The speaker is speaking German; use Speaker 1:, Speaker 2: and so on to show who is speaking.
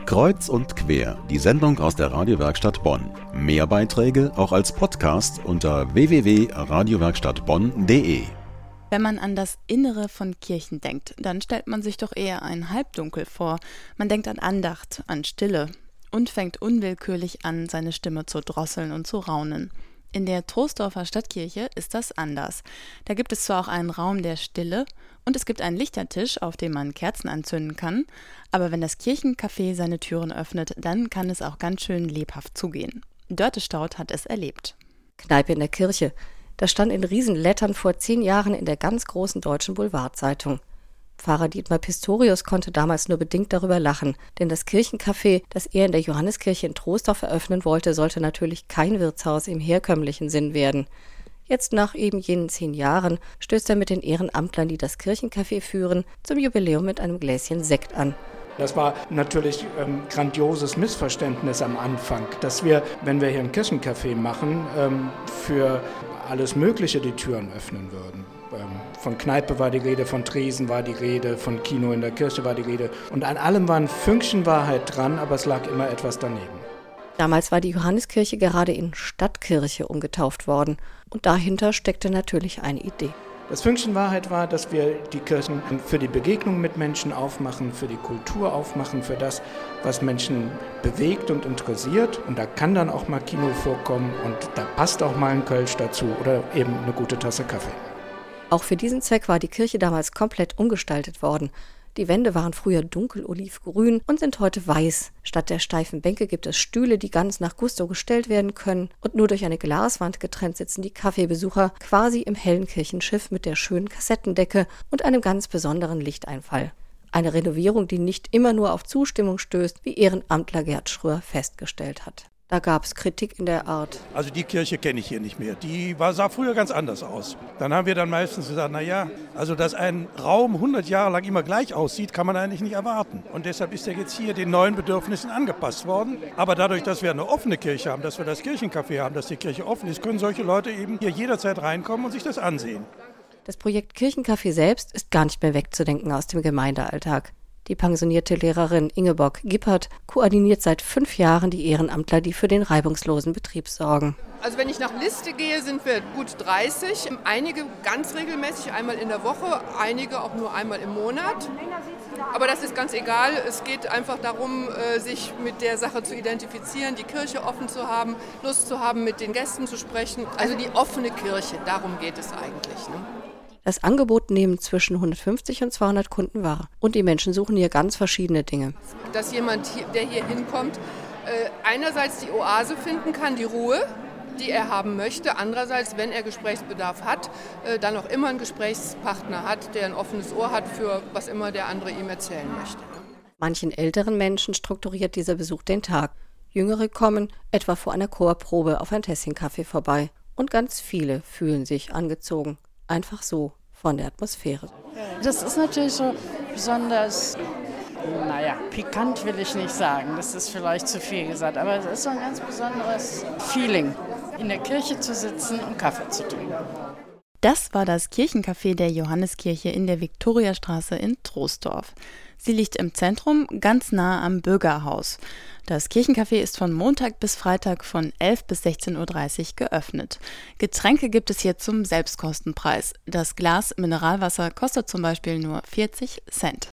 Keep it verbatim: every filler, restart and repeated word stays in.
Speaker 1: Kreuz und quer, die Sendung aus der Radiowerkstatt Bonn. Mehr Beiträge auch als Podcast unter w w w punkt radiowerkstattbonn punkt d e.
Speaker 2: Wenn man an das Innere von Kirchen denkt, dann stellt man sich doch eher ein Halbdunkel vor. Man denkt an Andacht, an Stille und fängt unwillkürlich an, seine Stimme zu drosseln und zu raunen. In der Troisdorfer Stadtkirche ist das anders. Da gibt es zwar auch einen Raum der Stille und es gibt einen Lichtertisch, auf dem man Kerzen anzünden kann, aber wenn das Kirchencafé seine Türen öffnet, dann kann es auch ganz schön lebhaft zugehen. Dörte Staudt hat es erlebt.
Speaker 3: Kneipe in der Kirche. Das stand in Riesenlettern vor zehn Jahren in der ganz großen Deutschen Boulevardzeitung. Pfarrer Dietmar Pistorius konnte damals nur bedingt darüber lachen, denn das Kirchencafé, das er in der Johanneskirche in Troisdorf eröffnen wollte, sollte natürlich kein Wirtshaus im herkömmlichen Sinn werden. Jetzt nach eben jenen zehn Jahren stößt er mit den Ehrenamtlern, die das Kirchencafé führen, zum Jubiläum mit einem Gläschen Sekt an.
Speaker 4: Das war natürlich ein ähm, grandioses Missverständnis am Anfang, dass wir, wenn wir hier ein Kirchencafé machen, ähm, für alles Mögliche die Türen öffnen würden. Ähm, von Kneipe war die Rede, von Tresen war die Rede, von Kino in der Kirche war die Rede. Und an allem war ein Fünkchen Wahrheit dran, aber es lag immer etwas daneben.
Speaker 3: Damals war die Johanneskirche gerade in Stadtkirche umgetauft worden. Und dahinter steckte natürlich eine Idee.
Speaker 4: Das Fünkchen Wahrheit war, dass wir die Kirchen für die Begegnung mit Menschen aufmachen, für die Kultur aufmachen, für das, was Menschen bewegt und interessiert. Und da kann dann auch mal Kino vorkommen und da passt auch mal ein Kölsch dazu oder eben eine gute Tasse Kaffee.
Speaker 3: Auch für diesen Zweck war die Kirche damals komplett umgestaltet worden. Die Wände waren früher dunkel olivgrün und sind heute weiß. Statt der steifen Bänke gibt es Stühle, die ganz nach Gusto gestellt werden können. Und nur durch eine Glaswand getrennt sitzen die Kaffeebesucher quasi im hellen Kirchenschiff mit der schönen Kassettendecke und einem ganz besonderen Lichteinfall. Eine Renovierung, die nicht immer nur auf Zustimmung stößt, wie Ehrenamtler Gerd Schröer festgestellt hat. Da gab es Kritik in der Art.
Speaker 5: Also die Kirche kenne ich hier nicht mehr. Die war, sah früher ganz anders aus. Dann haben wir dann meistens gesagt, naja, also dass ein Raum hundert Jahre lang immer gleich aussieht, kann man eigentlich nicht erwarten. Und deshalb ist er jetzt hier den neuen Bedürfnissen angepasst worden. Aber dadurch, dass wir eine offene Kirche haben, dass wir das Kirchencafé haben, dass die Kirche offen ist, können solche Leute eben hier jederzeit reinkommen und sich das ansehen.
Speaker 3: Das Projekt Kirchencafé selbst ist gar nicht mehr wegzudenken aus dem Gemeindealltag. Die pensionierte Lehrerin Ingeborg Gippert koordiniert seit fünf Jahren die Ehrenamtler, die für den reibungslosen Betrieb sorgen.
Speaker 6: Also wenn ich nach Liste gehe, sind wir gut dreißig. Einige ganz regelmäßig, einmal in der Woche, einige auch nur einmal im Monat. Aber das ist ganz egal. Es geht einfach darum, sich mit der Sache zu identifizieren, die Kirche offen zu haben, Lust zu haben, mit den Gästen zu sprechen. Also die offene Kirche, darum geht es eigentlich, ne?
Speaker 3: Das Angebot nehmen zwischen hundertfünfzig und zweihundert Kunden wahr. Und die Menschen suchen hier ganz verschiedene Dinge.
Speaker 6: Dass jemand, der hier hinkommt, einerseits die Oase finden kann, die Ruhe, die er haben möchte. Andererseits, wenn er Gesprächsbedarf hat, dann auch immer einen Gesprächspartner hat, der ein offenes Ohr hat für was immer der andere ihm erzählen möchte.
Speaker 3: Manchen älteren Menschen strukturiert dieser Besuch den Tag. Jüngere kommen etwa vor einer Chorprobe auf ein Tässchen Kaffee vorbei. Und ganz viele fühlen sich angezogen. Einfach so, von der Atmosphäre.
Speaker 7: Das ist natürlich so besonders, naja, pikant will ich nicht sagen, das ist vielleicht zu viel gesagt, aber es ist so ein ganz besonderes Feeling, in der Kirche zu sitzen und Kaffee zu trinken.
Speaker 2: Das war das Kirchencafé der Johanneskirche in der Viktoriastraße in Troisdorf. Sie liegt im Zentrum, ganz nah am Bürgerhaus. Das Kirchencafé ist von Montag bis Freitag von elf bis sechzehn Uhr dreißig geöffnet. Getränke gibt es hier zum Selbstkostenpreis. Das Glas Mineralwasser kostet zum Beispiel nur vierzig Cent.